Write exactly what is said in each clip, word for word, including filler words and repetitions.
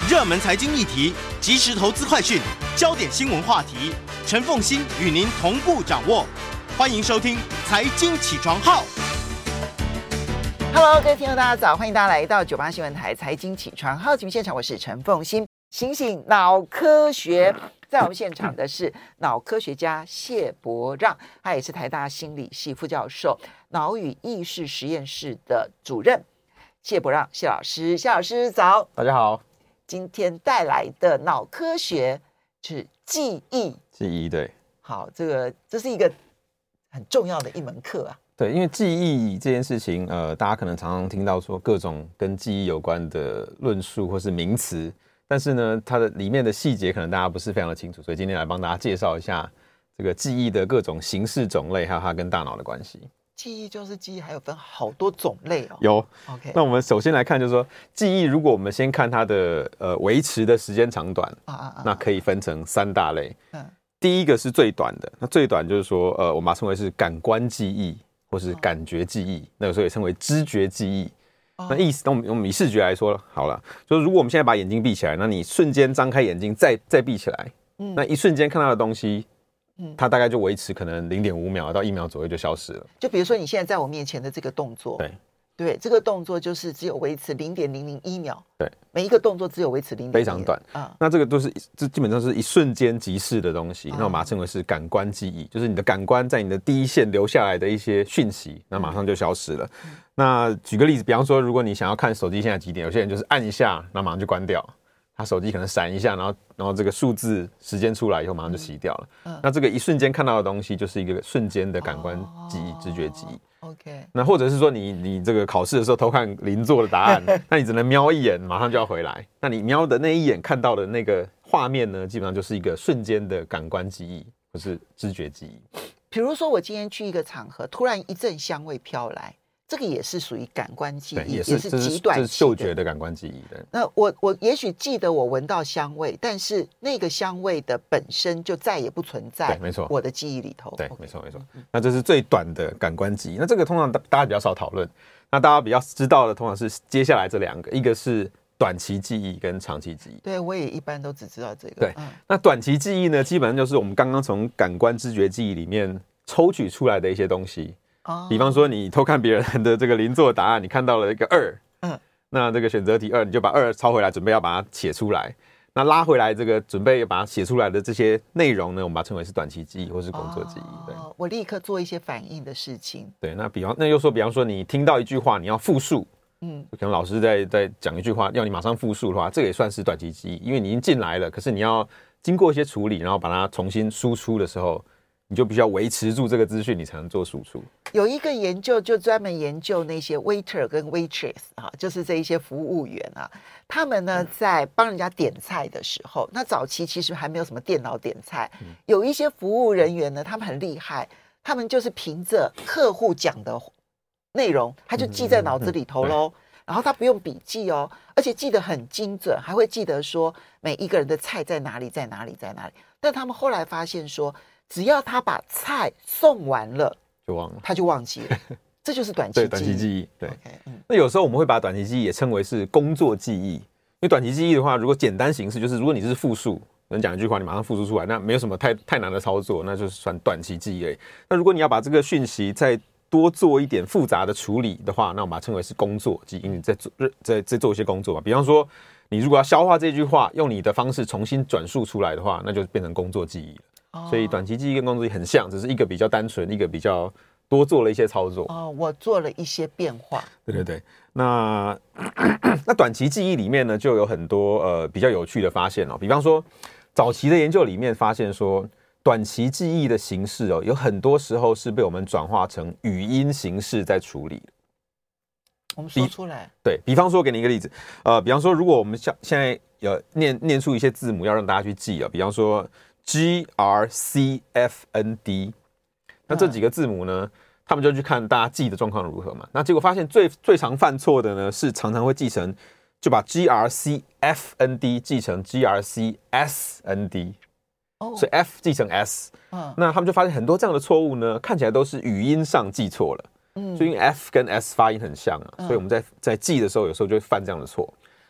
热门财经议题、即时投资快讯、焦点新闻话题，陈凤馨与您同步掌握。欢迎收听《财经起床号》。 Hello， 各位听众大家早，欢迎大家来到九八新闻台财经起床号节目现场，我是陈凤馨。醒醒脑科学，在我们现场的是脑科学家谢伯让，他也是台大心理系副教授、脑与意识实验室的主任。谢伯让，谢老师，谢老师早， 大家好。 今天带来的脑科学是记忆， 记忆对， 好，这个这是一个很重要的一门课啊。 对，因为记忆这件事情，呃，大家可能常常听到说各种跟记忆有关的论述或是名词，但是呢，它的里面的细节可能大家不是非常的清楚，所以今天来帮大家介绍一下这个记忆的各种形式种类，还有它跟大脑的关系。 记忆就是记忆，还有分好多种类哦。 有 ，OK。 那我们首先来看，就是说记忆，如果我们先看它的呃维持的时间长短，啊啊啊，那可以分成三大类。嗯，第一个是最短的，那最短就是说，呃，我们把它称为是感官记忆，或是感觉记忆，那有时候也称为知觉记忆。哦、那意思，那我们我们以视觉来说好了，就是如果我们现在把眼睛闭起来，那你瞬间张开眼睛再再闭起来，嗯，那一瞬间看到的东西。它大概就维持可能零点五秒到一秒左右就消失了。 就比如说你现在在我面前的这个动作， 对对，这个动作就是只有维持零点零零一秒， 对， 每一个动作只有维持零点， 非常短啊。那这个都是这基本上是一瞬间即逝的东西，啊、那我把它称为是感官记忆，就是你的感官在你的第一线留下来的一些讯息，那马上就消失了。嗯、那举个例子，比方说，如果你想要看手机现在几点，有些人就是按一下，那马上就关掉。他手机可能闪一下，然后然后这个数字时间出来以后，马上就熄掉了。嗯，那这个一瞬间看到的东西，就是一个瞬间的感官记忆、哦、知觉记忆。 OK。 那或者是说你你这个考试的时候偷看邻座的答案，那你只能瞄一眼，马上就要回来。那你瞄的那一眼看到的那个画面呢，基本上就是一个瞬间的感官记忆，或是知觉记忆。 比如说我今天去一个场合，突然一阵香味飘来。这个也是属于感官记忆， 也 是, 也是极短期的， 这是嗅觉的感官记忆。对， 那我我也许记得我闻到香味，但是那个香味的本身就再也不存在， 对，没错， 我的记忆里头。 对， okay, 没错没错。那这是最短的感官记忆。那这个通常大家比较少讨论，那大家比较知道的通常是接下来这两个，一个是短期记忆跟长期记忆。 对，我也一般都只知道这个。 对，嗯、那短期记忆呢，基本上就是我们刚刚从感官知觉记忆里面抽取出来的一些东西。Oh. 比方说你偷看别人的这个邻座答案，你看到了一个二，嗯，那这个选择题二，你就把二抄回来，准备要把它写出来。那拉回来这个准备把它写出来的这些内容呢，我们把它称为是短期记忆或是工作记忆。对， oh, 我立刻做一些反应的事情。 对，那比方那又说，比方说你听到一句话，你要复述，嗯，可能老师在在讲一句话，要你马上复述的话，这个也算是短期记忆，因为你已经进来了，可是你要经过一些处理，然后把它重新输出的时候。你就必须要维持住这个资讯，你才能做输出。 有一个研究就专门研究那些 waiter 跟 waitress 啊，就是这一些服务员啊，他们呢在帮人家点菜的时候，那早期其实还没有什么电脑点菜，嗯、有一些服务人员呢，他们很厉害，他们就是凭着客户讲的内容，他就记在脑子里头喽。嗯嗯嗯然后他不用笔记哦，而且记得很精准，还会记得说每一个人的菜在哪里，在哪里，在哪里。但他们后来发现说，只要他把菜送完了， 就忘了， 他就忘记了。这就是短期记忆。 对，短期记忆。对， okay, 嗯、 那有时候我们会把短期记忆也称为是工作记忆，因为短期记忆的话，如果简单形式就是如果你是复述，人讲一句话，你马上复述出来，那没有什么太太难的操作，那就是算短期记忆而已。那如果你要把这个讯息再多做一点复杂的处理的话，那我们把它称为是工作记忆，你在做在在做一些工作嘛。比方说，你如果要消化这句话，用你的方式重新转述出来的话，那就变成工作记忆了。哦、所以短期记忆跟工作记忆很像，只是一个比较单纯，一个比较多做了一些操作。 哦，我做了一些变化。 对对对，那那短期记忆里面呢，就有很多呃比较有趣的发现哦。比方说，早期的研究里面发现说。短期记忆的形式哦，有很多时候是被我们转化成语音形式在处理的。 我们说出来， 对，比方说，给你一个例子，呃，比方说，如果我们现现在有念念出一些字母，要让大家去记啊，比方说 G R C F N D， 那这几个字母呢，他们就去看大家记的状况如何嘛。那结果发现最最常犯错的呢，是常常会记成，就把 G R C F N D 记成 G R C S N D。所以 F 记成 S，嗯，那他们就发现很多这样的错误呢，看起来都是语音上记错了，嗯，所以因为 F 跟 S 发音很像啊，嗯、所以我们在在记的时候，有时候就会犯这样的错。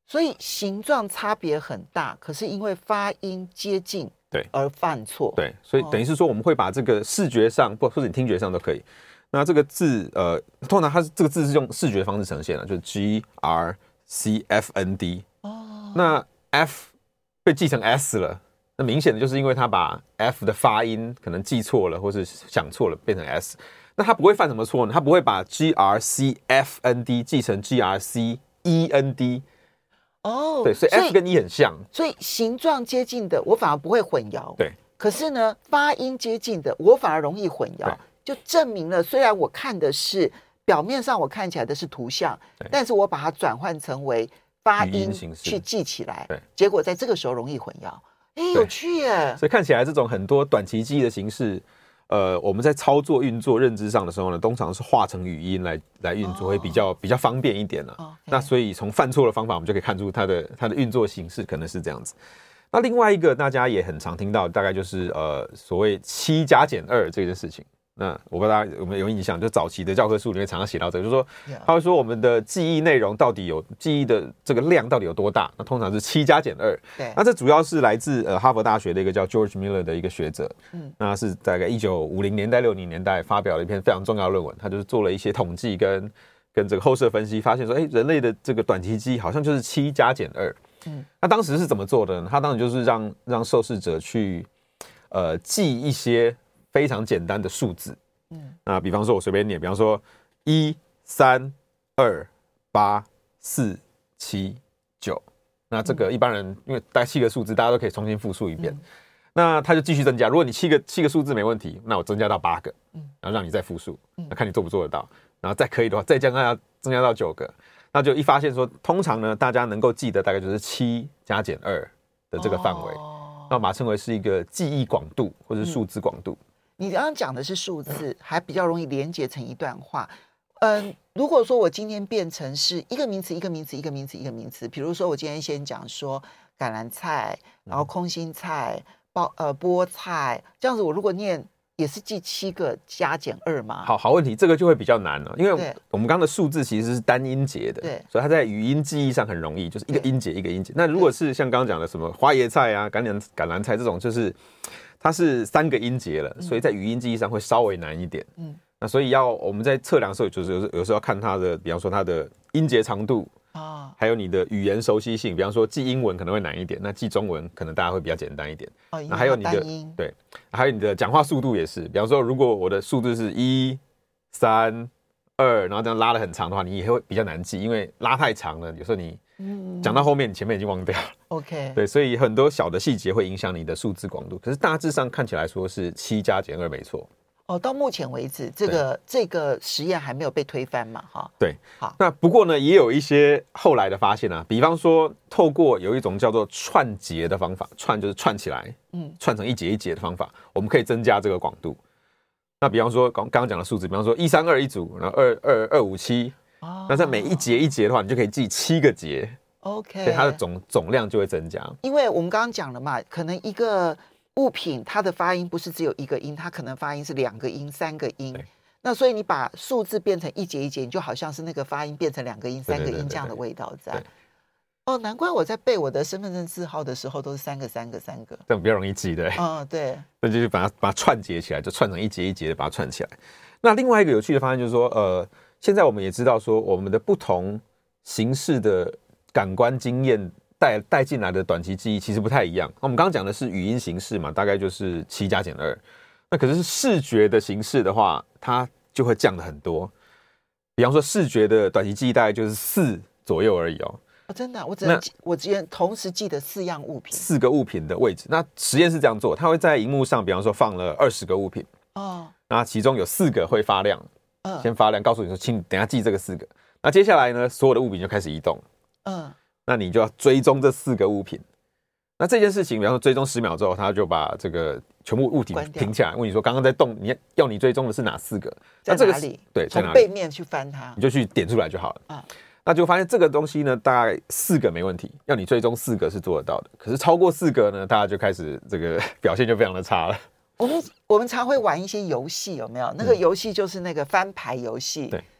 所以形状差别很大，可是因为发音接近， 对， 而犯错。 对，所以等于是说我们会把这个视觉上，或或者你听觉上都可以。那这个字，呃，通常它是这个字是用视觉方式呈现的，就是 G R C F N D。哦，那 F 被记成 S 了，那明显的就是因为他把 F 的发音可能记错了，或是想错了，变成 S。那他不会犯什么错呢？他不会把 G R C F N D 记成 G R C E N D。 哦， 对，所以 F 跟 E 很像， 所以形状接近的我反而不会混淆。 对， 可是呢，发音接近的我反而容易混淆。就证明了，虽然我看的是表面上我看起来的是图像，但是我把它转换成为发音去记起来，结果在这个时候容易混淆。哎，有趣耶！ 所以看起来这种很多短期记忆的形式，呃，我们在操作、运作、认知上的时候呢，通常是化成语音来来运作，会比较、哦、比较方便一点了、啊。Okay. 那所以从犯错的方法，我们就可以看出它的它的运作形式可能是这样子。那另外一个大家也很常听到，大概就是呃所谓七加减二这件事情。那我不知道大家有没有印象，就早期的教科书里面常常写到这个，就是说他会说我们的记忆内容到底有记忆的这个量到底有多大？那通常是七加减二。 对， 那这主要是来自呃哈佛大学的一个叫 George Miller 的一个学者，嗯，那是大概一九五零年代、六零年代发表了一篇非常重要的论文，他就是做了一些统计跟跟这个后设分析，发现说，哎，人类的这个短期记忆好像就是七加减二。嗯，那当时是怎么做的呢？他当时就是让让受试者去呃记一些非常简单的数字。嗯，那比方说我随便念，比方说一、三、二、八、四、七、九，那这个一般人因为大概七个数字，大家都可以重新复述一遍。嗯、那他就继续增加，如果你七个七个数字没问题，那我增加到八个，嗯，然后让你再复述，那看你做不做得到。然后再可以的话，再加上增加到九个，那就一发现说，通常呢，大家能够记得大概就是七加减二的这个范围，哦、那我把它称为是一个记忆广度或者是数字广度。嗯， 你刚刚讲的是数字，还比较容易连结成一段话。嗯，如果说我今天变成是一个名词一个名词一个名词一个名词，比如说我今天先讲说橄榄菜，然后空心菜、包呃菠菜，这样子我如果念也是记七个加减二嘛？ 好好问题，这个就会比较难了，因为我们刚刚的数字其实是单音节的， 对， 所以它在语音记忆上很容易，就是一个音节一个音节。那如果是像刚刚讲的什么花椰菜啊、橄榄橄榄菜这种，就是它是三个音节了，所以在语音记忆上会稍微难一点。嗯，那所以要我们在测量的时候，就是有有时候要看它的，比方说它的音节长度啊，还有你的语言熟悉性。比方说记英文可能会难一点，那记中文可能大家会比较简单一点。 哦， 那还有你的对，还有你的讲话速度也是。比方说，如果我的数字是一、三、二，然后这样拉得很长的话，你也会比较难记，因为拉太长了，有时候你讲到后面，你前面已经忘掉了。 OK， 对，所以很多小的细节会影响你的数字广度，可是大致上看起来说是七加减二没错。 哦，到目前为止，这个这个实验还没有被推翻嘛？哈， 对， 好。 那不过呢，也有一些后来的发现啊，比方说，透过有一种叫做串结的方法，串就是串起来，嗯，串成一节一节的方法，我们可以增加这个广度。那比方说，刚刚讲的数字，比方说一三二一组，然后二二二五七，那在每一节一节的话，你就可以记七个节。 OK， 所以它的总总量就会增加。 因为我们刚刚讲了嘛，可能一个物品它的发音不是只有一个音，它可能发音是两个音、三个音。那所以你把数字变成一节一节，你就好像是那个发音变成两个音、三个音这样的味道在。哦，难怪我在背我的身份证字号的时候都是三个、三个、三个， 这样比较容易记，对。 嗯，对。 那就是把它把它串结起来，就串成一节一节的把它串起来。那另外一个有趣的发现就是说，呃，现在我们也知道说，我们的不同形式的感官经验带带进来的短期记忆其实不太一样。我们刚刚讲的是语音形式嘛，大概就是七加减二。那可是视觉的形式的话，它就会降的很多。比方说视觉的短期记忆大概就是四左右而已哦。 哦，真的、啊，我只能我只能同时记得四样物品， 四个物品的位置。那实验是这样做，它会在荧幕上，比方说放了二十个物品，哦，那其中有四个会发亮，嗯，先发亮，告诉你说，请你等一下记这个四个。那接下来呢，所有的物品就开始移动，嗯，那你就要追踪这四个物品。那这件事情，比方说追踪十秒之后，他就把这个全部物体停起来，问你说，刚刚在动，你要你追踪的是哪四个？ 在哪里？ 对， 从背面去翻它， 你就去点出来就好了。啊。那就发现这个东西呢，大概四个没问题，要你追踪四个是做得到的。可是超过四个呢，大家就开始这个表现就非常的差了。 我们我们常会玩一些游戏，有没有？那个游戏就是那个翻牌游戏。 对，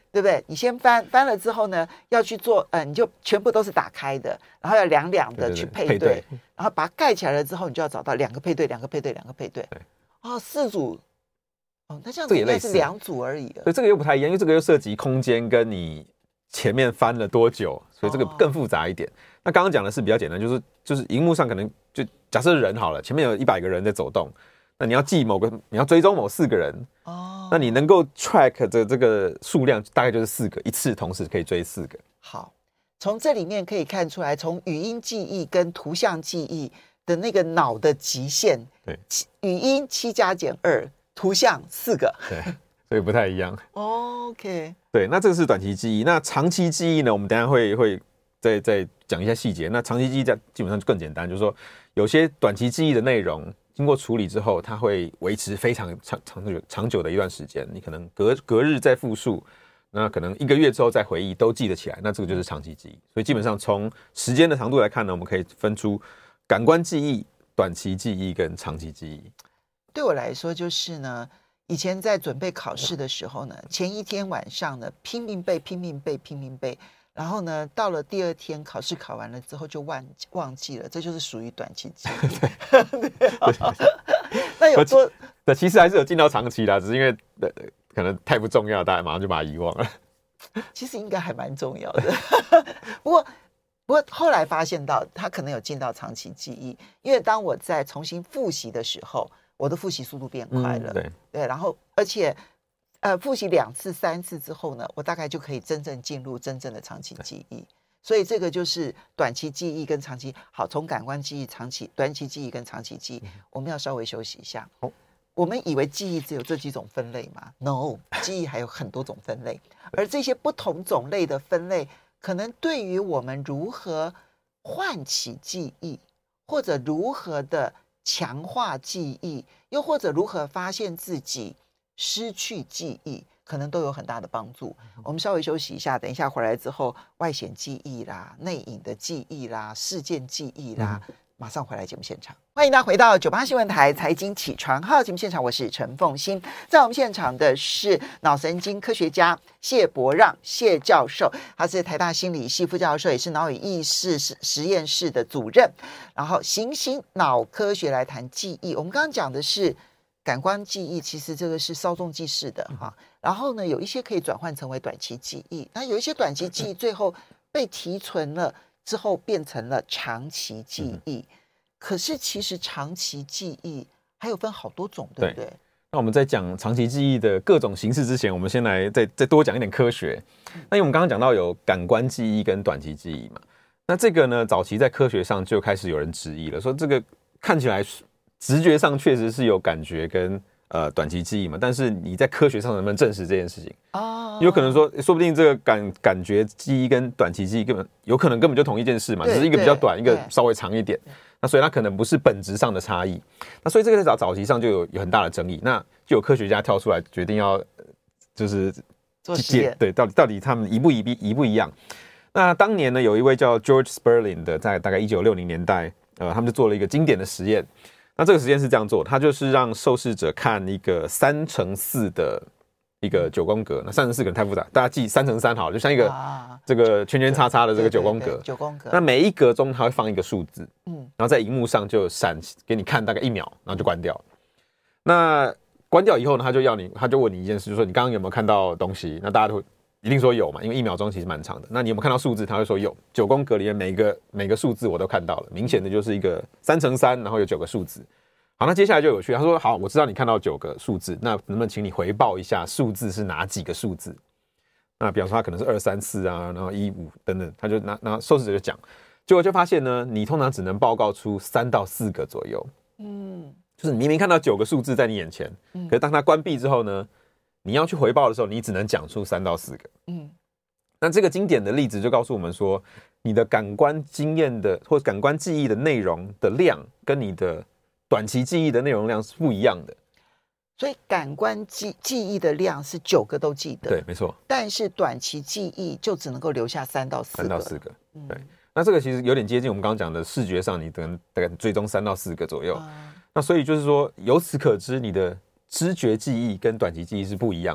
对不对？你先翻翻了之后呢，要去做，呃，你就全部都是打开的，然后要两两的去配 对, 对, 对, 对, 对，然后把它盖起来了之后，你就要找到两个配对，两个配对，两个配对。对，哦，四组，哦，那这样子应该是两组而已了。 所以这个又不太一样，因为这个又涉及空间跟你前面翻了多久，所以这个更复杂一点。哦、那刚刚讲的是比较简单，就是就是荧幕上可能就假设人好了，前面有一百个人在走动。那你要记某个，你要追踪某四个人哦，那你能够 track 的这个数量大概就是四个，一次同时可以追四个。 好，从这里面可以看出来，从语音记忆跟图像记忆的那个脑的极限， 对， 语音七加减二，图像四个， 对，所以不太一样。 OK， 对，那这个是短期记忆，那长期记忆呢？我们等一下会会再再讲一下细节。那长期记忆在基本上就更简单，就是说有些短期记忆的内容。经过处理之后，它会维持非常长长久长久的一段时间。你可能隔隔日再复述，那可能一个月之后再回忆都记得起来。那这个就是长期记忆。所以基本上从时间的长度来看呢，我们可以分出感官记忆、短期记忆跟长期记忆。 对我来说，就是呢，以前在准备考试的时候呢，前一天晚上呢拼命背、拼命背、拼命背。然后呢，到了第二天考试考完了之后就忘忘记了，这就是属于短期记忆。那有多？ 对，其实还是有进到长期啦，只是因为可能太不重要，大家马上就把它遗忘了。 其实应该还蛮重要的。不过，不过后来发现到它可能有进到长期记忆，因为当我在重新复习的时候，我的复习速度变快了。嗯、对对，然后而且。呃，复习两次、三次之后呢，我大概就可以真正进入真正的长期记忆。所以这个就是短期记忆跟长期。好，从感官记忆、长期、短期记忆跟长期记忆，我们要稍微休息一下。哦、我们以为记忆只有这几种分类嘛 ？No， 记忆还有很多种分类，而这些不同种类的分类，可能对于我们如何唤起记忆，或者如何的强化记忆，又或者如何发现自己失去记忆，可能都有很大的帮助。我们稍微休息一下，等一下回来之后，外显记忆啦、内隐的记忆啦、事件记忆啦，嗯、马上回来节目现场。欢迎大家回到九八新闻台财经起床号节目现场，我是陈凤馨。在我们现场的是脑神经科学家谢伯让谢教授，他是台大心理系副教授，也是脑与意识实验室的主任。然后行星脑科学来谈记忆，我们刚刚讲的是感官记忆，其实这个是稍纵即逝的哈。然后呢，有一些可以转换成为短期记忆，那有一些短期记忆最后被提存了之后变成了长期记忆。可是其实长期记忆还有分好多种，对不对？对， 那我们在讲长期记忆的各种形式之前，我们先来再再多讲一点科学。那因为我们刚刚讲到有感官记忆跟短期记忆嘛，那这个呢，早期在科学上就开始有人质疑了，说这个看起来直觉上确实是有感觉跟呃短期记忆嘛，但是你在科学上能不能证实这件事情？哦，有可能说，说不定这个感感觉记忆跟短期记忆根本有可能根本就同一件事嘛，只是一个比较短，一个稍微长一点。那所以它可能不是本质上的差异。那所以这个在早早期上就有有很大的争议。那就有科学家跳出来决定要就是做实验， 对，到底到底他们一不一一不一样？那当年呢，有一位叫 George Sperling 的，在大概一九六零年代，呃，他们就做了一个经典的实验。那这个实验是这样做，他就是让受试者看一个三乘四的一个九宫格。那三乘四可能太复杂，大家记三乘三好了，就像一个这个圈圈叉叉的这个九宫格。 九宫格。 那每一格中它会放一个数字，嗯，然后在荧幕上就闪给你看大概一秒，然后就关掉。那关掉以后呢，他就要你，他就问你一件事，就是说你刚刚有没有看到东西？那大家都会一定说有嘛，因为一秒钟其实蛮长的。那你有没有看到数字？他会说有。九宫格里面每个每个数字我都看到了，明显的就是一个三乘三，然后有九个数字。好，那接下来就有趣。他说：“好，我知道你看到九个数字，那能不能请你回报一下数字是哪几个数字？那比方说他可能是二三四啊，然后一五等等，他就拿拿受试者就讲，结果就发现呢，你通常只能报告出三到四个左右。嗯，就是你明明看到九个数字在你眼前，可是当它关闭之后呢，你要去回报的时候，你只能讲出三到四个。嗯，那这个经典的例子就告诉我们说，你的感官经验的或感官记忆的内容的量跟你的短期记忆的内容量是不一样的， 所以感官记记忆的量是九个都记得， 对，没错。但是短期记忆就只能够留下三到四个， 三到四个，嗯、对。那这个其实有点接近我们刚刚讲的视觉上，你等大概追踪三到四个左右。嗯、那所以就是说，由此可知，你的知觉记忆跟短期记忆是不一样的。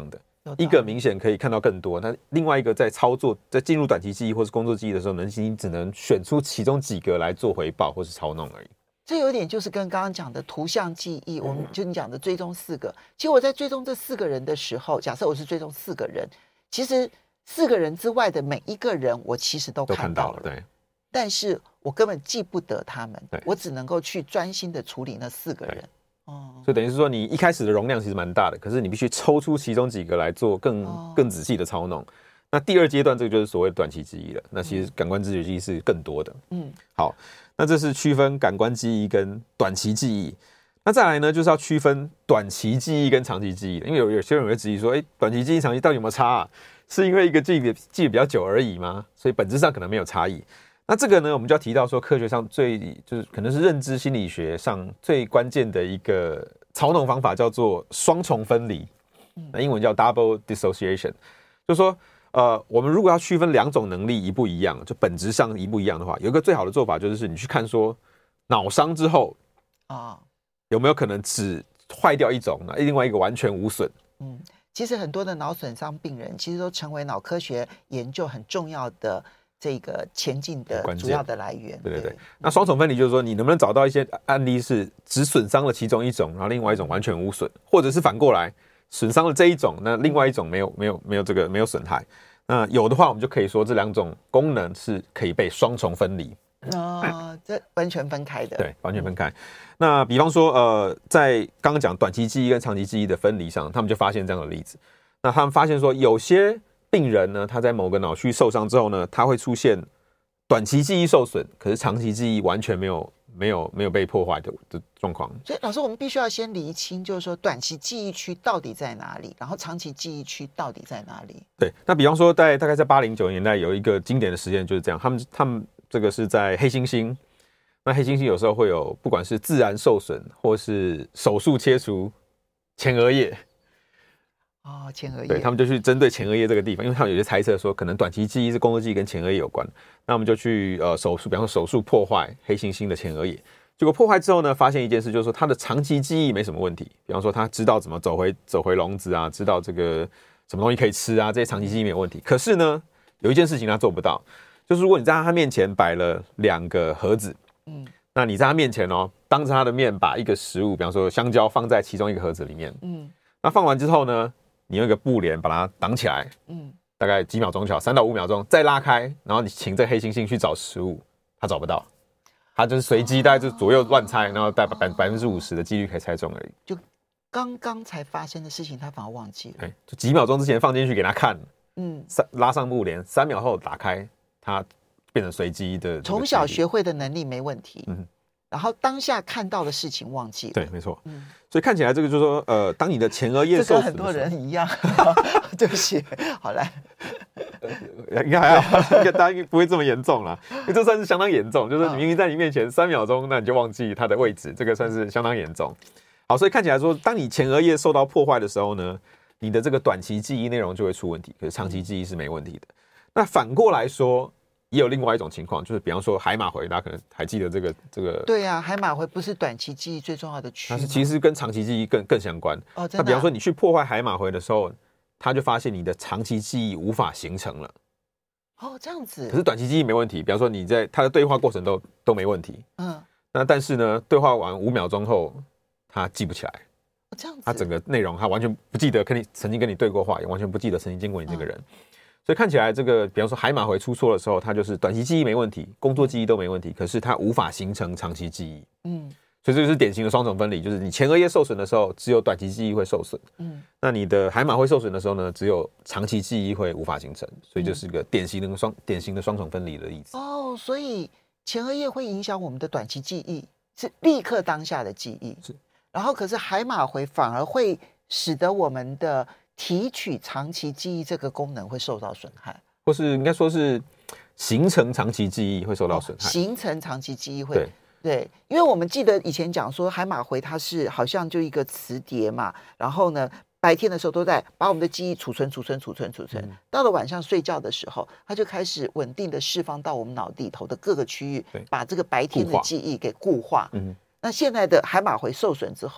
一个明显可以看到更多，那另外一个在操作在进入短期记忆或是工作记忆的时候，能你只能选出其中几个来做回报或是操弄而已。 这有点就是跟刚刚讲的图像记忆，我们就你讲的追踪四个。其实我在追踪这四个人的时候，假设我是追踪四个人，其实四个人之外的每一个人，我其实都看到了， 都看到了，对。 但是我根本记不得他们，我只能够去专心的处理那四个人。哦， 所以等于是说，你一开始的容量其实蛮大的，可是你必须抽出其中几个来做更、哦、更仔细的操弄。那第二阶段，这个就是所谓的短期记忆了。那其实感官知觉记忆是更多的。嗯，好，那这是区分感官记忆跟短期记忆。那再来呢，就是要区分短期记忆跟长期记忆的，因为有有些人会质疑说，哎，短期记忆、长期到底有没有差啊？是因为一个记忆记得比较久而已吗？所以本质上可能没有差异。那这个呢，我们就要提到说，科学上最就是可能是认知心理学上最关键的一个操弄方法，叫做双重分离。那英文叫 double dissociation， 就是说，呃，我们如果要区分两种能力一不一样，就本质上一不一样的话，有一个最好的做法就是你去看说，脑伤之后啊，有没有可能只坏掉一种，那另外一个完全无损？ 嗯，其实很多的脑损伤病人，其实都成为脑科学研究很重要的。这个前进的主要的来源， 对对对。那双重分离就是说，你能不能找到一些案例是只损伤了其中一种，然后另外一种完全无损，或者是反过来损伤了这一种，那另外一种没有没有没有这个没有损害。那有的话，我们就可以说这两种功能是可以被双重分离。 哦，这完全分开的， 对，完全分开。嗯、那比方说，呃，在刚刚讲短期记忆跟长期记忆的分离上，他们就发现这样的例子。那他们发现说，有些病人呢，他在某个脑区受伤之后呢，他会出现短期记忆受损，可是长期记忆完全没有没有没有被破坏的的状况。 所以老师，我们必须要先厘清，就是说短期记忆区到底在哪里，然后长期记忆区到底在哪里？ 对，那比方说在大概在八零九零年代有一个经典的实验就是这样，他们他们这个是在黑猩猩，那黑猩猩有时候会有不管是自然受损或是手术切除前额叶。 哦，前额叶， 对，他们就去针对前额叶这个地方，因为他们有些猜测说，可能短期记忆是工作记忆跟前额叶有关，那我们就去呃手术，比方说手术破坏黑猩猩的前额叶，结果破坏之后呢，发现一件事，就是说他的长期记忆没什么问题，比方说他知道怎么走回走回笼子啊，知道这个什么东西可以吃啊，这些长期记忆没有问题。可是呢，有一件事情他做不到，就是如果你在他面前摆了两个盒子，嗯，那你在他面前哦，当着他的面把一个食物，比方说香蕉放在其中一个盒子里面，嗯，那放完之后呢，你用一个布帘把它挡起来，嗯，大概几秒钟就好，三到五秒钟，再拉开，然后你请这黑猩猩去找食物，他找不到，他就是随机，大概就左右乱猜，然后大概百百分之五十的几率可以猜中而已。 就刚刚才发生的事情，他反而忘记了。 对，就几秒钟之前放进去给他看，嗯，拉上布帘，三秒后打开，他变成随机的。 从小学会的能力没问题，嗯。然后当下看到的事情忘记了， 对，没错。嗯，所以看起来这个就是说，呃，当你的前额叶受损， 这跟很多人一样，对不起，好来， 应该还好，应该大家应该不会这么严重啦，因为这算是相当严重，就是你明明在你面前三秒钟，那你就忘记它的位置，这个算是相当严重。好，所以看起来说，当你前额叶受到破坏的时候呢，你的这个短期记忆内容就会出问题，可是长期记忆是没问题的。那反过来说，也有另外一种情况，就是比方说海马回，大家可能还记得这个这个。 对啊，海马回不是短期记忆最重要的区吗？ 它是其实跟长期记忆更更相关。哦，真的啊。那比方说你去破坏海马回的时候，他就发现你的长期记忆无法形成了。 哦，这样子。 可是短期记忆没问题，比方说你在他的对话过程都都没问题。嗯。那但是呢，对话完五秒钟后，他记不起来。 哦，这样子。 他整个内容他完全不记得跟你曾经跟你对过话，也完全不记得曾经见过你这个人。嗯，所以看起来，这个比方说海马回出错的时候，它就是短期记忆没问题，工作记忆都没问题，可是它无法形成长期记忆。嗯，所以这就是典型的双重分离，就是你前额叶受损的时候，只有短期记忆会受损。嗯，那你的海马回受损的时候呢，只有长期记忆会无法形成，所以就是个典型的双典型的双重分离的例子。 哦，所以前额叶会影响我们的短期记忆，是立刻当下的记忆。是，然后可是海马回反而会使得我们的提取长期记忆这个功能会受到损害， 或是应该说是形成长期记忆会受到损害。 哦，形成长期记忆会，对对，因为我们记得以前讲说海马回它是好像就一个磁碟嘛，然后呢白天的时候都在把我们的记忆储存储存储存储存，嗯，到了晚上睡觉的时候，它就开始稳定的释放到我们脑里头的各个区域，把这个白天的记忆给固化。嗯，那现在的海马回受损之后，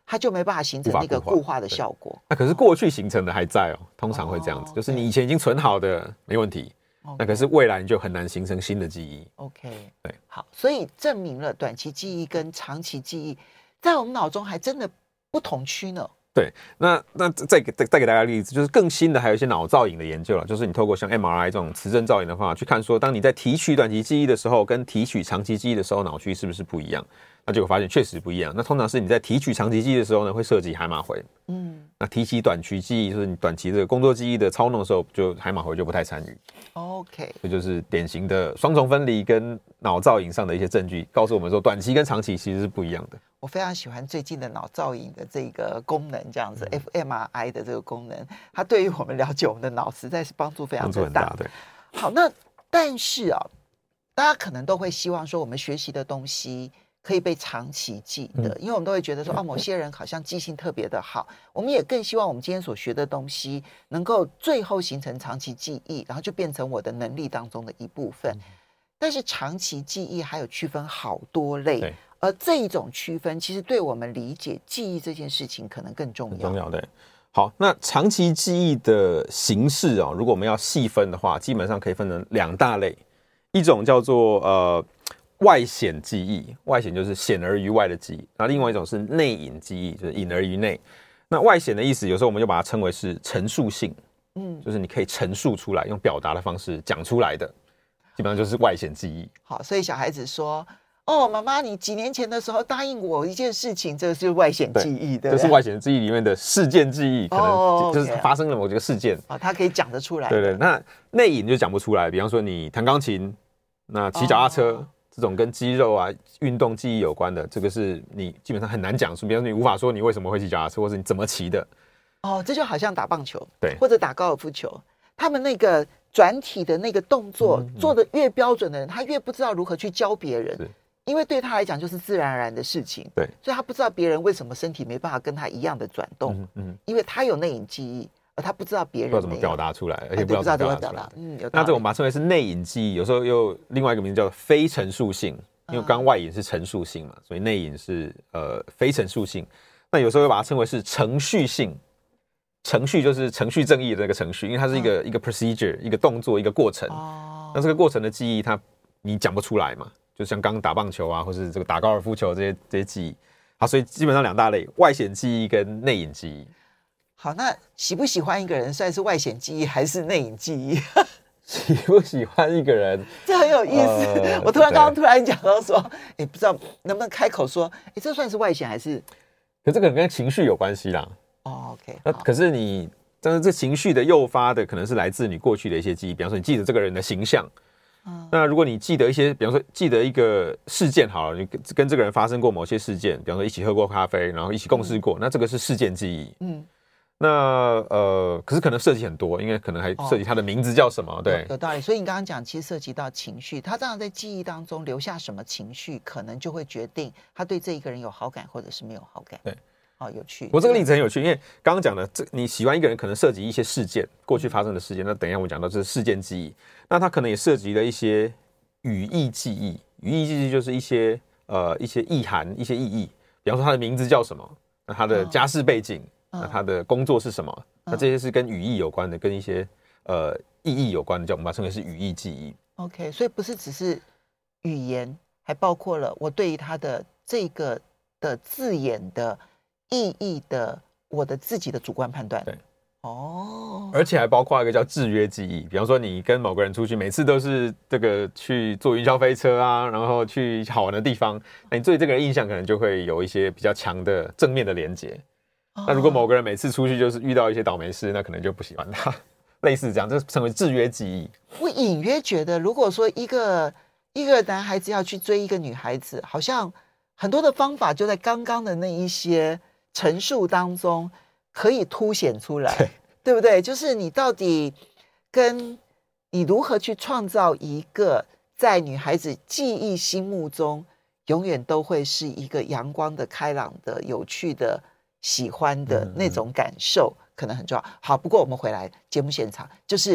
它就没办法形成那个固化的效果。 那可是过去形成的还在哦，通常会这样子，哦、就是你以前已经存好的没问题， okay. 那可是未来你就很难形成新的记忆。 OK， 对， 好，所以证明了短期记忆跟长期记忆在我们脑中还真的不同区呢。 对，那那再给再再给大家例子，就是更新的还有一些脑造影的研究了，就是你透过像 M R I 这种磁振造影的方法去看说，当你在提取短期记忆的时候，跟提取长期记忆的时候，脑区是不是不一样？那结果发现确实不一样。那通常是你在提取长期记忆的时候呢，会涉及海马回，嗯，那提起短期记忆，就是你短期的工作记忆的操弄的时候，就海马回就不太参与。 OK， 这就是典型的双重分离跟脑造影上的一些证据，告诉我们说，短期跟长期其实是不一样的。 我非常喜欢最近的脑造影的这个功能，这样子、嗯、F M R I 的这个功能，它对于我们了解我们的脑实在是帮助非常的大。 帮助很大，对。 好，那但是啊，大家可能都会希望说，我们学习的东西可以被长期记得，嗯、因为我们都会觉得说，哦，某些人好像记性特别的好，我们也更希望我们今天所学的东西能够最后形成长期记忆，然后就变成我的能力当中的一部分。嗯、但是长期记忆还有区分好多类。而这一种区分，其实对我们理解记忆这件事情可能更重要。 很重要，对。好，那长期记忆的形式啊、哦，如果我们要细分的话，基本上可以分成两大类，一种叫做呃外显记忆，外显就是显而于外的记忆；那另外一种是内隐记忆，就是隐而于内。那外显的意思，有时候我们就把它称为是陈述性，嗯，就是你可以陈述出来，用表达的方式讲出来的，基本上就是外显记忆。 好，所以小孩子说。哦，妈妈，你几年前的时候答应我一件事情，这是外显记忆的， 这是外显记忆里面的事件记忆，可能就是发生了某个事件啊、哦，他可以讲得出来。 对对，那内隐就讲不出来。比方说你弹钢琴，那骑脚踏车、哦、这种跟肌肉啊、运动记忆有关的，这个是你基本上很难讲述。比方说你无法说你为什么会骑脚踏车，或者你怎么骑的。 哦，这就好像打棒球， 对， 或者打高尔夫球，他们那个转体的那个动作、嗯嗯、做得越标准的人，他越不知道如何去教别人。因为对他来讲就是自然而然的事情， 对， 所以他不知道别人为什么身体没办法跟他一样的转动，嗯嗯，因为他有内隐记忆，而他不知道别人不知道怎么表达出来，而且不知道怎么表达出来。 嗯，有那这我们把它称为是内隐记忆，有时候又另外一个名字叫非陈述性，因为刚刚外隐是陈述性嘛，所以内隐是呃非陈述性。那有时候又把它称为是程序性，程序就是程序正义的那个程序，因为它是一个、嗯、一个 procedure， 一个动作，一个过程。哦，那这个过程的记忆，它你讲不出来嘛？就像刚刚打棒球啊，或是这个打高尔夫球这些这些记忆，好，所以基本上两大类：外显记忆跟内隐记忆。 好，那喜不喜欢一个人算是外显记忆还是内隐记忆？ 喜不喜欢一个人， 这很有意思。呃、我突然刚刚突然讲到说，哎，不知道能不能开口说，哎，这算是外显还是？ 可这个跟情绪有关系啦。 哦 ，OK。 那可是你，但是这情绪的诱发的可能是来自你过去的一些记忆，比方说你记得这个人的形象。那如果你记得一些，比方说记得一个事件好了，你跟这个人发生过某些事件，比方说一起喝过咖啡，然后一起共事过，嗯、那这个是事件记忆。嗯，那呃，可是可能涉及很多，因为可能还涉及他的名字叫什么，哦、对有，有道理。所以你刚刚讲，其实涉及到情绪，他这样在记忆当中留下什么情绪，可能就会决定他对这一个人有好感或者是没有好感。 对。 好有趣， 我这个例子很有趣，因为刚刚讲的，这你喜欢一个人，可能涉及一些事件，过去发生的事件。那等一下我讲到这是事件记忆，那它可能也涉及了一些语义记忆。语义记忆就是一些呃一些意涵、一些意义，比方说他的名字叫什么，那他的家世背景，嗯、那他的工作是什么，嗯、那这些是跟语义有关的，跟一些呃意义有关的，叫我们把它称为是语义记忆。 OK， 所以不是只是语言，还包括了我对于他的这个的字眼的意义的我的自己的主观判断。 对， 哦， 而且还包括一个叫制约记忆，比方说你跟某个人出去，每次都是这个去坐云霄飞车啊，然后去好玩的地方，那你对这个人印象可能就会有一些比较强的正面的连结。哦、那如果某个人每次出去就是遇到一些倒霉事，那可能就不喜欢他，类似这样，这称为制约记忆。 我隐约觉得，如果说一个一个男孩子要去追一个女孩子，好像很多的方法就在刚刚的那一些陈述当中可以凸显出来， 对, 对不对？就是你到底跟你如何去创造一个在女孩子记忆心目中永远都会是一个阳光的、开朗的、有趣的、喜欢的那种感受，嗯嗯可能很重要。好，不过我们回来节目现场，就是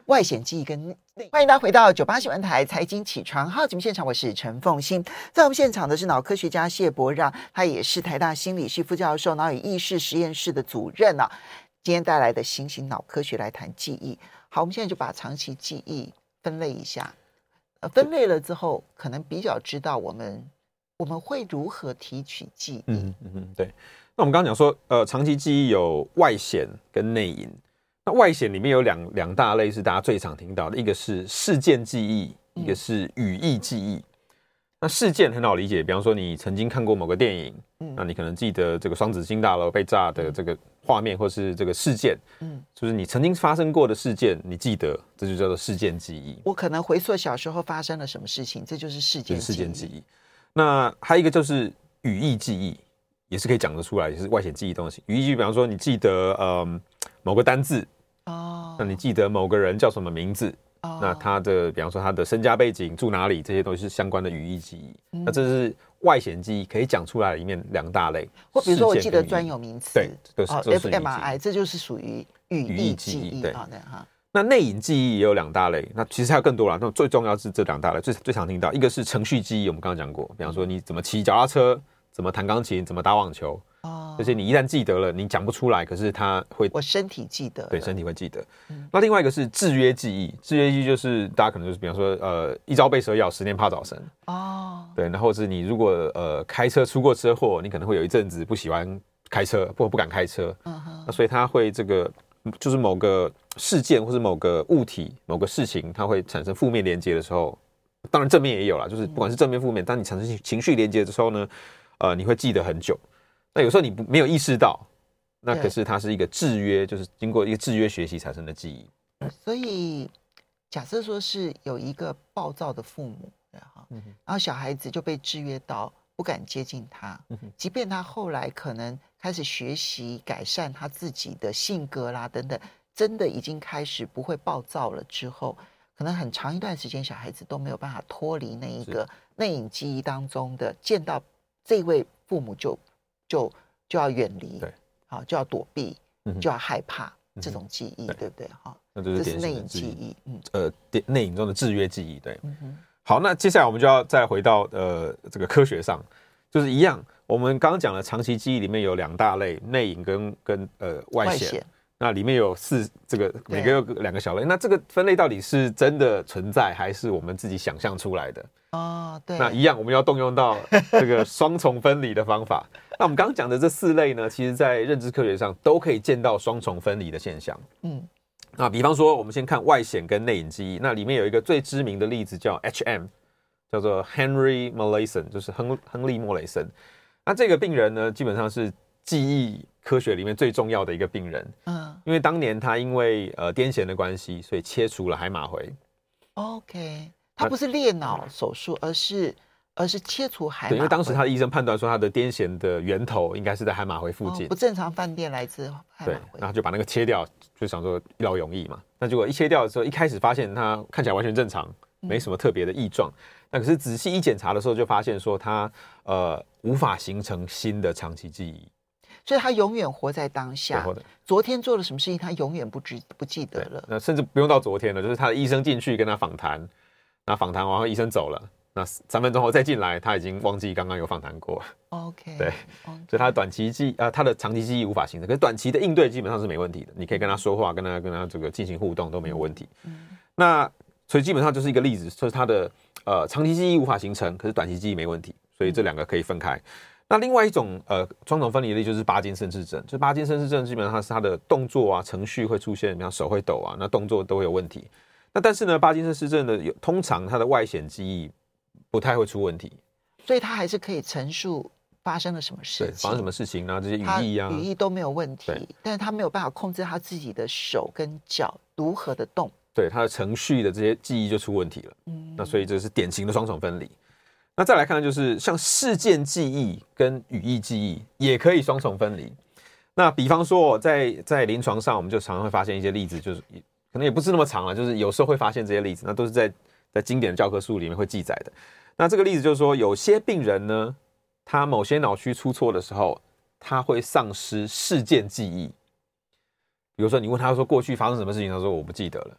外显记忆跟内。欢迎大家回到九八新闻台财经起床号节目现场，我是陈凤馨。在我们现场的是脑科学家谢伯让，他也是台大心理系副教授、脑与意识实验室的主任啊。今天带来的新型脑科学来谈记忆。好，我们现在就把长期记忆分类一下，呃，分类了之后，可能比较知道我们我们会如何提取记忆。 嗯嗯，对。那我们刚刚讲说，呃，长期记忆有外显跟内隐。那外显里面有两两大类是大家最常听到的，一个是事件记忆，一个是语义记忆。嗯、那事件很好理解，比方说你曾经看过某个电影，嗯、那你可能记得这个双子星大楼被炸的这个画面，或是这个事件，嗯，就是你曾经发生过的事件，你记得，这就叫做事件记忆。 我可能回溯小时候发生了什么事情，这就是事件记忆。 事件记忆。那还有一个就是语义记忆。也是可以讲得出来，也是外显记忆东西。语义记忆，比方说你记得呃某个单字，哦，那你记得某个人叫什么名字，哦，那他的比方说他的身家背景、住哪里，这些都是相关的语义记忆。嗯、那这是外显记忆可以讲出来的里面两大类。 或比如说我记得专有名词， 对，都是、 哦、 都是 F M R I， 这就是属于语义记忆。对，好的哈。 那内隐记忆也有两大类，那其实还有更多啦。那最重要是这两大类，最最常听到，一个是程序记忆，我们刚刚讲过，比方说你怎么骑脚踏车。怎么弹钢琴，怎么打网球，哦，这些你一旦记得了，你讲不出来，可是它会， 我身体记得， 对，身体会记得。嗯、那另外一个是制约记忆，制约记忆就是大家可能就是比方说，呃，一朝被蛇咬，十年怕早生。哦，对，然后是你如果呃开车出过车祸，你可能会有一阵子不喜欢开车，或不敢开车。嗯哼，那所以它会这个就是某个事件或是某个物体、某个事情，它会产生负面连接的时候，当然正面也有啦，就是不管是正面负面，当你产生情绪连接的时候呢。呃，你会记得很久。那有时候你不没有意识到，那可是它是一个制约，就是经过一个制约学习产生的记忆。 所以，假设说是有一个暴躁的父母，嗯、然后小孩子就被制约到不敢接近他，嗯、即便他后来可能开始学习改善他自己的性格啦等等，真的已经开始不会暴躁了之后，可能很长一段时间小孩子都没有办法脱离那一个内隐记忆当中的见到。这位父母就就就要远离，对，好就要躲避，嗯、就要害怕、嗯、这种记忆， 对, 对不对？哈， 那就是这是内隐记忆， 嗯，呃，内隐中的制约记忆，对。嗯哼，好，那接下来我们就要再回到呃这个科学上，就是一样，我们刚刚讲的长期记忆里面有两大类，内隐跟跟呃外显。那里面有四这个每个有两个小类，那这个分类到底是真的存在，还是我们自己想象出来的？哦，对。那一样，我们要动用到这个双重分离的方法。那我们刚刚讲的这四类呢，其实在认知科学上都可以见到双重分离的现象。嗯，那比方说，我们先看外显跟内隐记忆，那里面有一个最知名的例子叫 H M， 叫做 Henry Molaison， 就是亨亨利莫雷森。那这个病人呢，基本上是记忆科学里面最重要的一个病人，嗯，因为当年他因为呃癫痫的关系，所以切除了海马回。 OK， 他不是裂脑手术，而是而是切除海马回。 对，因为当时他的医生判断说他的癫痫的源头应该是在海马回附近， 哦、不正常饭店来自海马回。 对，然后就把那个切掉，就想说一劳永逸嘛。那结果一切掉的时候，一开始发现他看起来完全正常，没什么特别的异状。嗯、那可是仔细一检查的时候，就发现说他呃无法形成新的长期记忆。 所以他永远活在当下，昨天做了什么事情，他永远不知不记得了。 那甚至不用到昨天了，就是他的医生进去跟他访谈，那访谈完后医生走了，那三分钟后再进来，他已经忘记刚刚有访谈过。 OK， 对， okay. 所以他的短期记呃，他的长期记忆无法形成，可是短期的应对基本上是没问题的，你可以跟他说话，跟他跟他这个进行互动都没有问题。嗯，那所以基本上就是一个例子，就是他的呃长期记忆无法形成，可是短期记忆没问题，所以这两个可以分开。那另外一种呃双重分离的就是巴金森氏症，就是巴金森氏症基本上是他的动作啊、程序会出现，比方手会抖啊，那动作都会有问题。那但是呢，巴金森氏症的有通常他的外显记忆不太会出问题， 所以他还是可以陈述发生了什么事情， 对，发生什么事情啊，这些语义啊， 语义都没有问题，但是他没有办法控制他自己的手跟脚如何的动， 对，他的程序的这些记忆就出问题了。嗯，那所以这是典型的双重分离。那再来看，就是像事件记忆跟语义记忆也可以双重分离。那比方说，在在临床上，我们就常常会发现一些例子，就是可能也不是那么长了，就是有时候会发现这些例子，那都是在在经典的教科书里面会记载的。那这个例子就是说，有些病人呢，他某些脑区出错的时候，他会丧失事件记忆。比如说，你问他说过去发生什么事情，他说我不记得了。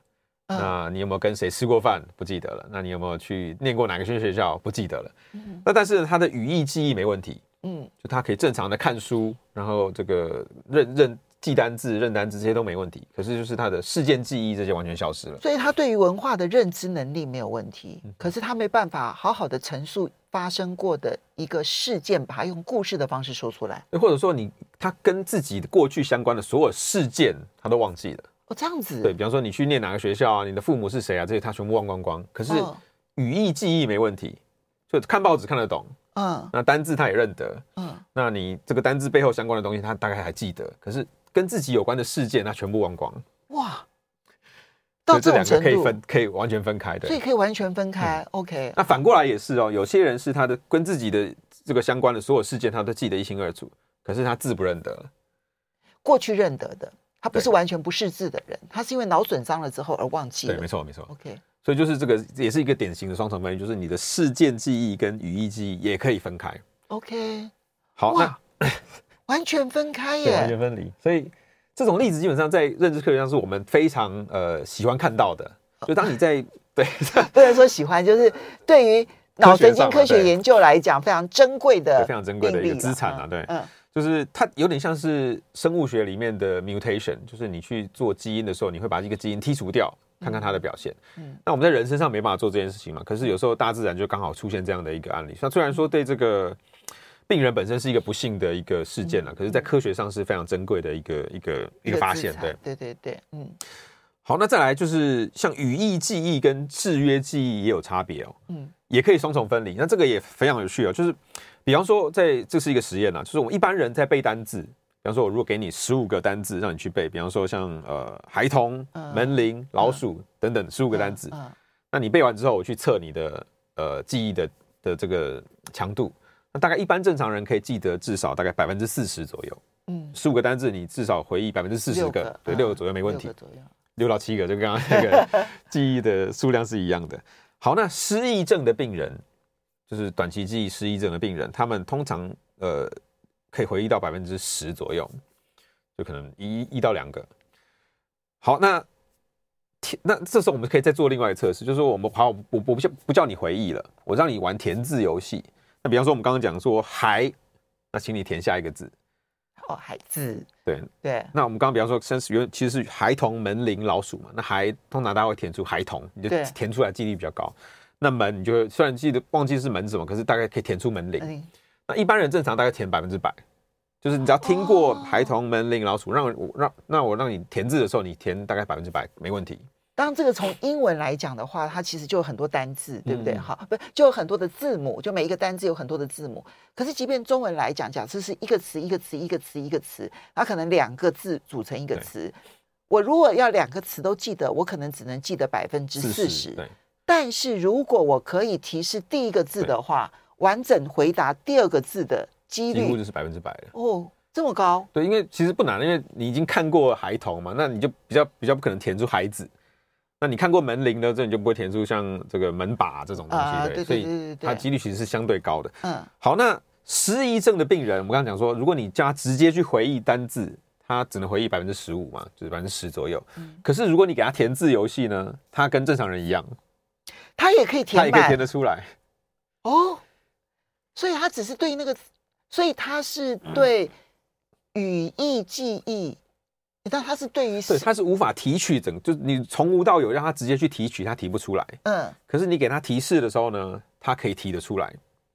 嗯、那你有没有跟谁吃过饭？不记得了。那你有没有去念过哪个学校？不记得了。嗯、那但是他的语义记忆没问题，嗯，就他可以正常的看书，然后这个认认记单字、认单字这些都没问题。可是就是他的事件记忆这些完全消失了。 所以他对于文化的认知能力没有问题，嗯、可是他没办法好好的陈述发生过的一个事件，把它用故事的方式说出来。 或者说你他跟自己的过去相关的所有事件，他都忘记了。 哦，这样子。 对，比方说你去念哪个学校啊，你的父母是谁啊，这些他全部忘光光。可是语义记忆没问题，就看报纸看得懂，嗯，那单字他也认得，嗯，那你这个单字背后相关的东西，他大概还记得。可是跟自己有关的事件，他全部忘光。哇， 到这种程度， 可以分，可以完全分开的， 所以可以完全分开。嗯、OK， 那反过来也是哦，有些人是他的跟自己的这个相关的所有事件，他都记得一清二楚，可是他字不认得了。 过去认得的。他不是完全不识字的人，他是因为脑损伤了之后而忘记了。 对，没错，没错。 OK， 所以就是这个也是一个典型的双重分离，就是你的事件记忆跟语义记忆也可以分开。 OK， 好，那完全分开耶， 完全分离。所以这种例子基本上在认知科学上是我们非常呃喜欢看到的。就当你在对不能说喜欢，就是对于脑神经科学研究来讲非常珍贵的、 非常珍贵的一个资产啊，对，嗯。就是它有点像是生物学里面的 mutation， 就是你去做基因的时候，你会把一个基因剔除掉，看看它的表现。嗯，那我们在人身上没办法做这件事情嘛，可是有时候大自然就刚好出现这样的一个案例。那虽然说对这个病人本身是一个不幸的一个事件了，可是在科学上是非常珍贵的一个一个一个发现。对， 对对对，嗯。 好，那再来就是像语义记忆跟制约记忆也有差别哦，嗯，也可以双重分离。那这个也非常有趣哦，就是。比方说在，这是一个实验啦，就是我们一般人在背单字，比方说我如果给你十五个单字让你去背，比方说像呃孩童、门铃、老鼠等等十五个单字，那你背完之后，我去测你的呃记忆的的这个强度，那大概一般正常人可以记得至少大概百分之四十左右，嗯，十五个单字你至少回忆百分之四十个，对，六个左右没问题，六到七个就跟刚刚那个记忆的数量是一样的。好，那失忆症的病人。就是短期记忆失忆症的病人，他们通常呃可以回忆到百分之十左右，就可能一一到两个。好，那那这时候我们可以再做另外一个测试，就是说我们好，我我不叫不叫你回忆了，我让你玩填字游戏。那比方说我们刚刚讲说孩，那请你填下一个字。 哦，孩字。 对对。 那我们刚刚比方说，原其实是孩童、门铃、老鼠嘛，那孩通常大家会填出孩童，你就填出来记忆力比较高。那门你就会虽然记得忘记是门什么，可是大概可以填出门铃。嗯、那一般人正常大概填百分之百，就是你只要听过孩童、门铃、老鼠，让我让那我让你填字的时候，你填大概百分之百没问题。 当这个从英文来讲的话，它其实就有很多单字，对不对？好、嗯，不就有很多的字母，就每一个单字有很多的字母。可是即便中文来讲，假设是一个词一个词一个词一个词，它可能两个字组成一个词。我如果要两个词都记得，我可能只能记得百分之四十。但是如果我可以提示第一个字的话，完整回答第二个字的几率几乎就是百分之百了。 哦，这么高？ 对，因为其实不难，因为你已经看过孩童嘛，那你就比较比较不可能填出孩子。那你看过门铃呢，这你就不会填出像这个门把这种东西， 啊、对， 所以它几率其实是相对高的。嗯，好，那失忆症的病人，我们刚刚讲说，如果你叫他直接去回忆单字，他只能回忆百分之十五嘛，就是百分之十左右。嗯，可是如果你给他填字游戏呢，他跟正常人一样。 他也可以填满， 他也可以填得出来哦，所以他只是对那个，所以他是对语义记忆，但他是对于对他是无法提取整，就是你从无到有让他直接去提取，他提不出来。嗯，可是你给他提示的时候呢，他可以提得出来。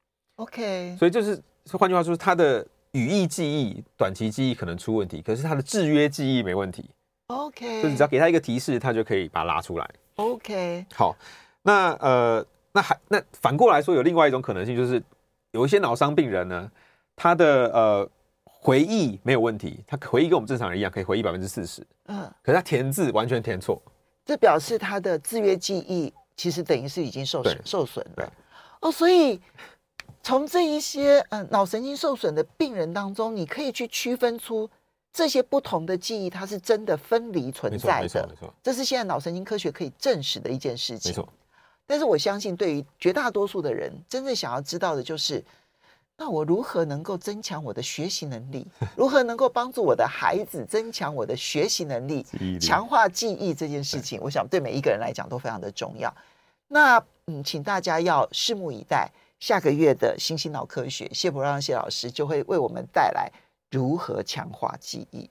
OK， 所以就是换句话说，他的语义记忆、短期记忆可能出问题，可是他的制约记忆没问题。 OK， 就是只要给他一个提示，他就可以把它拉出来。 OK， 好。那呃，那还那反过来说，有另外一种可能性，就是有一些脑伤病人呢，他的呃回忆没有问题，他回忆跟我们正常人一样，可以回忆百分之四十，嗯，可是他填字完全填错， 这表示他的制约记忆其实等于是已经受损受损了。哦，所以从这一些呃脑神经受损的病人当中，你可以去区分出这些不同的记忆，它是真的分离存在的，没错，没错，这是现在脑神经科学可以证实的一件事情，没错。但是我相信，对于绝大多数的人，真正想要知道的就是， 那我如何能够增强我的学习能力？如何能够帮助我的孩子增强我的学习能力？强化记忆这件事情，我想对每一个人来讲都非常的重要。那嗯，请大家要拭目以待，下个月的新兴脑科学，谢伯让谢老师就会为我们带来如何强化记忆。